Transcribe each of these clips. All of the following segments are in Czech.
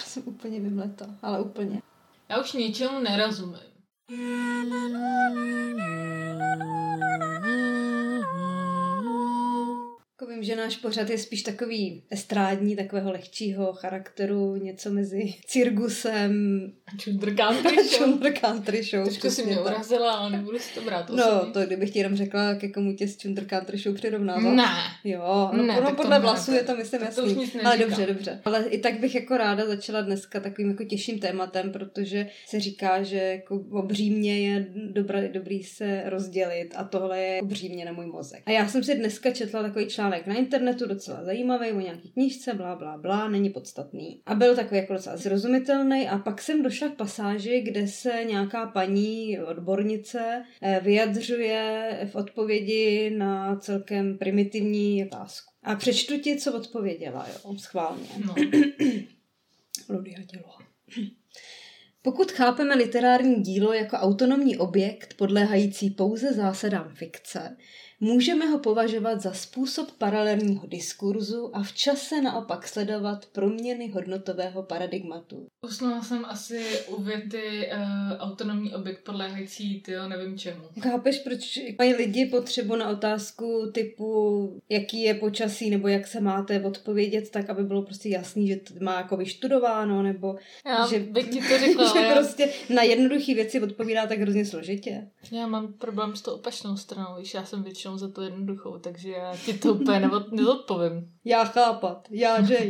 jsem úplně vymleta, ale úplně. Já už ničemu nerozumím. Vím, že náš pořad je spíš takový estrádní, takového lehčího charakteru, něco mezi cirkusem a Chunder Country Show. Trošku si mě urazila, ale nebudu si to brát osobně. No, to kdybych ti jenom řekla, ke komu tě s Chunder Country Show přirovnával. Ne. Jo, no podle vlasů je to myslím jasný. Ale dobře. Ale i tak bych jako ráda začala dneska takovým jako těžším tématem, protože se říká, že jako o břímě je dobrý se rozdělit a tohle je břímě na můj mozek. A já jsem si dneska četla takový článek na internetu, docela zajímavý, o nějaký knížce, blá, není podstatný. A byl takový jako docela zrozumitelný a pak jsem došla k pasáži, kde se nějaká paní odbornice vyjadřuje v odpovědi na celkem primitivní otázku. A přečtu ti, co odpověděla, jo, schválně. No. Ludia dělo. Pokud chápeme literární dílo jako autonomní objekt podléhající pouze zásadám fikce, můžeme ho považovat za způsob paralelního diskurzu a v čase naopak sledovat proměny hodnotového paradigmatu. Usnula jsem asi u věty autonomní objekt podléhající, nevím čemu. Chápeš, proč mají lidi potřebu na otázku typu, jaký je počasí nebo jak se máte odpovědět, tak aby bylo prostě jasný, že to má jako vyštudováno, nebo že bych ti to řekla, že prostě na jednoduchý věci odpovídá tak hrozně složitě. Já mám problém s tou opačnou stranou, víš, já jsem většinou za to jednoduchou, takže já ti to úplně nezodpovím. Já chápat, já Jane.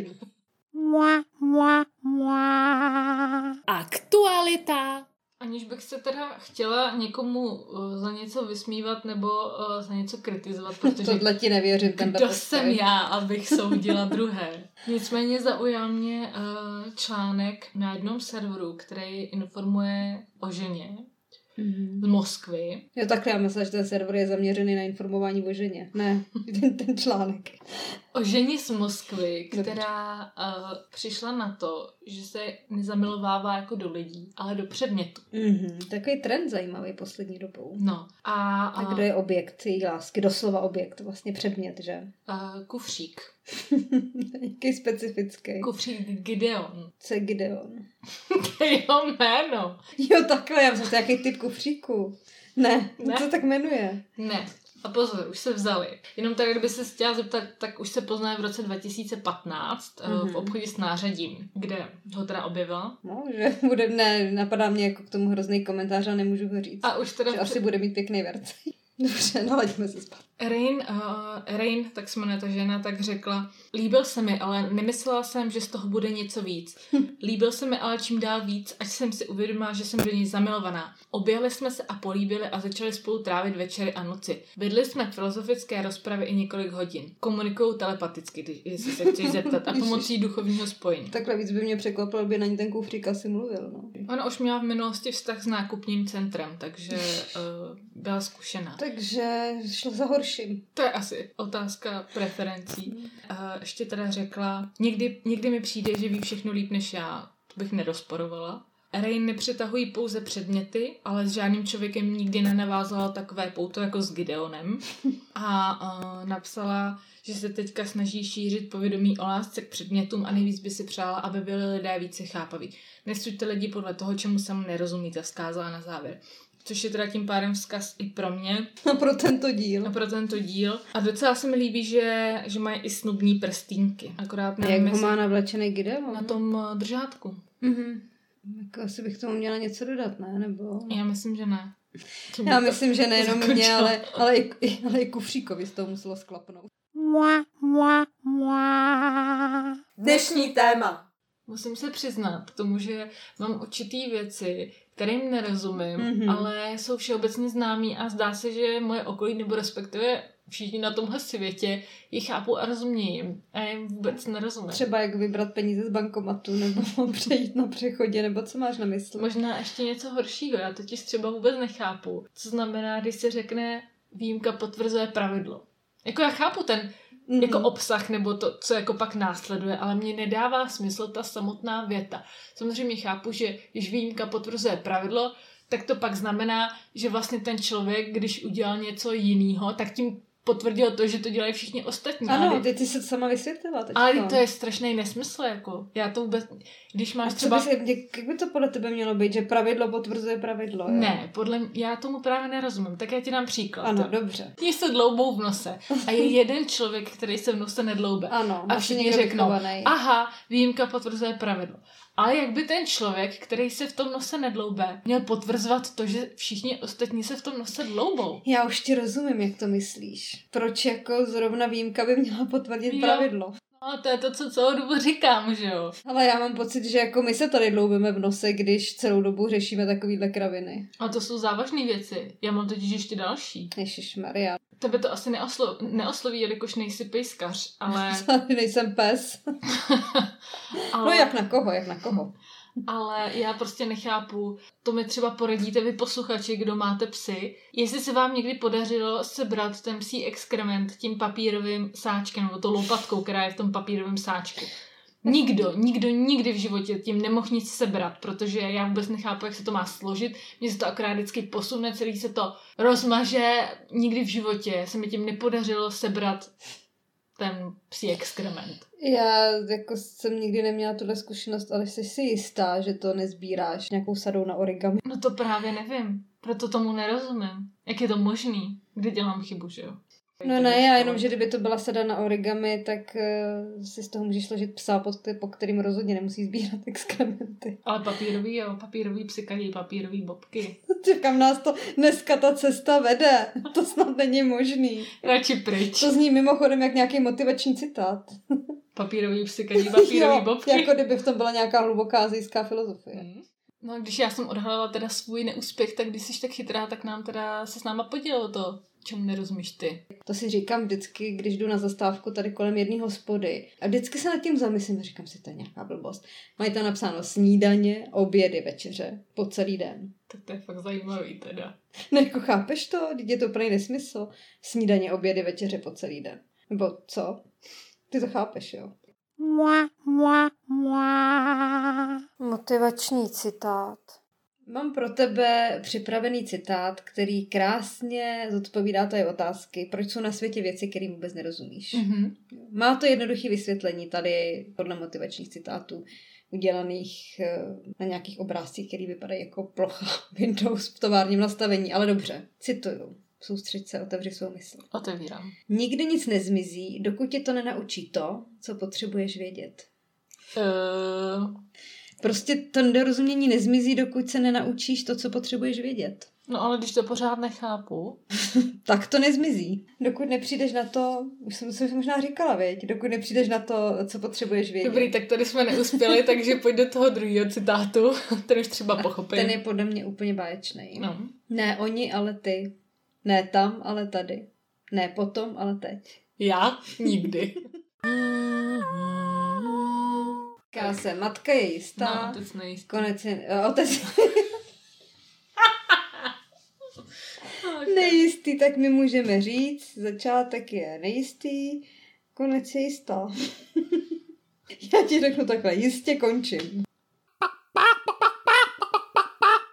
Aktualita. Aniž bych se teda chtěla někomu za něco vysmívat nebo za něco kritizovat, protože tohle ti nevěřím, kdo jsem já, abych soudila druhé. Nicméně zaujal mě článek na jednom serveru, který informuje o ženě z Moskvy. Jo, takhle já myslím, že ten server je zaměřený na informování o ženě. Ne, ten článek. O ženě z Moskvy, která přišla na to, že se nezamilovává jako do lidí, ale do předmětu. Takový trend zajímavý poslední dobou. No. A kdo je objekt její lásky? Doslova objekt, vlastně předmět, že? Kufřík. Jaký specifický. Kufřík Gideon. Co je Gideon? To je jeho jméno. Jo, takhle, já myslím, jaký typ kufříku. Ne, co tak jmenuje? Ne. A pozor, už se vzali. Jenom tady, kdyby se chtěla zeptat, tak už se pozná v roce 2015 v obchodě s nářadím, kde ho teda objevila. No, že bude, ne, napadá mě jako k tomu hrozný komentář a nemůžu ho říct. A už teda že asi bude mít pěkný verci. Dobře, nalaďme se spát. Rain, tak se jmenuje ta žena, tak řekla, líbil se mi, ale nemyslela jsem, že z toho bude něco víc. Líbil se mi ale čím dál víc, až jsem si uvědomila, že jsem do něj zamilovaná. Objeli jsme se a políbili a začali spolu trávit večery a noci. Vedli jsme filozofické rozpravy i několik hodin. Komunikují telepaticky, jestli se chceš zeptat, a pomocí duchovního spojení. Takhle víc by mě překvapilo, by na ní ten kufřík asi mluvil. No. Ona už měla v minulosti vztah s nákupním centrem, takže byla zkušená. Takže šlo za horším. To je asi otázka preferencí. Ještě teda řekla, někdy mi přijde, že ví všechno líp než já. To bych nerozporovala. Rain nepřetahují pouze předměty, ale s žádným člověkem nikdy nenavázala takové pouto jako s Gideonem. A napsala, že se teďka snaží šířit povědomí o lásce k předmětům a nejvíc by si přála, aby byli lidé více chápaví. Nesuďte lidi podle toho, čemu se mu nerozumíte, vzkázala na závěr. Což je teda tím pádem vzkaz i pro mě. A pro tento díl. A docela se mi líbí, že mají i snubní prstínky. Akorát nevím, jak ho má navlečený Gideon? Na tom držátku. Tak asi bych tomu měla něco dodat, ne? Nebo... Já myslím, že ne. Já myslím, že nejenom mě, ale i kufříkovi z toho muselo sklapnout. Dnešní téma. Musím se přiznat k tomu, že mám určitý věci, kterým nerozumím, ale jsou všeobecně známý a zdá se, že moje okolí nebo respektive všichni na tomhle světě ji chápou a rozumějí jim. A jim vůbec nerozumím. Třeba jak vybrat peníze z bankomatu nebo přejít na přechodě, nebo co máš na mysli? Možná ještě něco horšího. Já totiž třeba vůbec nechápu. Co znamená, když se řekne výjimka potvrzuje pravidlo. Jako já chápu ten jako obsah nebo to, co jako pak následuje, ale mně nedává smysl ta samotná věta. Samozřejmě chápu, že když výjimka potvrzuje pravidlo, tak to pak znamená, že vlastně ten člověk, když udělal něco jiného, tak tím potvrdil to, že to dělají všichni ostatní. Ano, ty se to sama vysvětlila. Ale to je strašný nesmysl, jako. Já to vůbec Když máš třeba... Jak by to podle tebe mělo být, že pravidlo potvrzuje pravidlo? Jo? Ne, já tomu právě nerozumím. Tak já ti dám příklad. Ano, dobře. Všichni se dloubou v nose a je jeden člověk, který se v nose nedloube. Ano, a všichni řeknou, aha, výjimka potvrzuje pravidlo. Ale jak by ten člověk, který se v tom nose nedloube, měl potvrzovat to, že všichni ostatní se v tom nose dloubou? Já už ti rozumím, jak to myslíš. Proč jako zrovna výjimka by měla potvrdit pravidlo? No, to je to, co celou dobu říkám, že jo? Ale já mám pocit, že jako my se tady dloubeme v nose, když celou dobu řešíme takovýhle kraviny. A to jsou závažné věci. Já mám totiž ještě další. Ježišmarja. Tebe to asi neosloví, jelikož nejsi pejskař, ale... Nejsem pes. Ale... No jak na koho? Ale já prostě nechápu, to mi třeba poradíte vy posluchači, kdo máte psy, jestli se vám někdy podařilo sebrat ten psí exkrement tím papírovým sáčkem, nebo to lopatkou, která je v tom papírovém sáčku. Nikdo nikdy v životě tím nemohl nic sebrat, protože já vůbec nechápu, jak se to má složit. Mně se to akorát vždycky posune, celý se to rozmaže. Nikdy v životě se mi tím nepodařilo sebrat ten psí exkrement. Já jako jsem nikdy neměla tuhle zkušenost, ale jsi si jistá, že to nezbíráš nějakou sadou na origami? No to právě nevím. Proto tomu nerozumím. Jak je to možný? Kdy dělám chybu, že jo? No ne, já jenom, že kdyby to byla sada na origami, tak si z toho můžeš složit psa, po kterým rozhodně nemusí sbírat exkrementy. Ale papírový, jo, papírový psykadí, papírový bobky. Kam nás to dneska ta cesta vede? To snad není možný. Radši pryč. To zní mimochodem jak nějaký motivační citát. Papírový psykadí, papírový bobky. Jako kdyby v tom byla nějaká hluboká asijská filozofie. No, když já jsem odhalila teda svůj neúspěch, tak když jsi tak chytrá, tak nám teda se s náma podělilo to, čemu nerozumíš ty. To si říkám vždycky, když jdu na zastávku tady kolem jedné hospody. A vždycky se nad tím zamyslím a říkám si, to je nějaká blbost. Mají tam napsáno snídaně, obědy, večeře, po celý den. Tak to je fakt zajímavý teda. No jako chápeš to? Vždyť je to úplný nesmysl. Snídaně, obědy, večeře po celý den. Nebo co? Ty to chápeš, jo? Motivační citát. Mám pro tebe připravený citát, který krásně zodpovídá tvoje otázky, proč jsou na světě věci, kterým vůbec nerozumíš. Mm-hmm. Má to jednoduché vysvětlení tady podle motivačních citátů udělaných na nějakých obrázcích, které vypadají jako plocha Windows v továrním nastavení, ale dobře, cituju. Soustřeď se, otevři svou mysl. Otevírám. Nikdy nic nezmizí, dokud tě to nenaučí to, co potřebuješ vědět. Prostě to nedorozumění nezmizí, dokud se nenaučíš to, co potřebuješ vědět. No ale když to pořád nechápu. Tak to nezmizí. Dokud nepřijdeš na to, už jsem si možná říkala, věď, dokud nepřijdeš na to, co potřebuješ vědět. Dobrý, tak tady jsme neuspěli, takže pojď do toho druhého citátu, ten už třeba pochopím. Ten je podle mě úplně báječnej. No. Ne oni, ale ty. Ne tam, ale tady. Ne potom, ale teď. Já? Nikdy. Říká se, matka je jistá. No, otec nejistý. Konec je... Otec... Okay. Nejistý, tak my můžeme říct, začátek je nejistý, konec je jistá. Já ti řeknu takhle, jistě končím.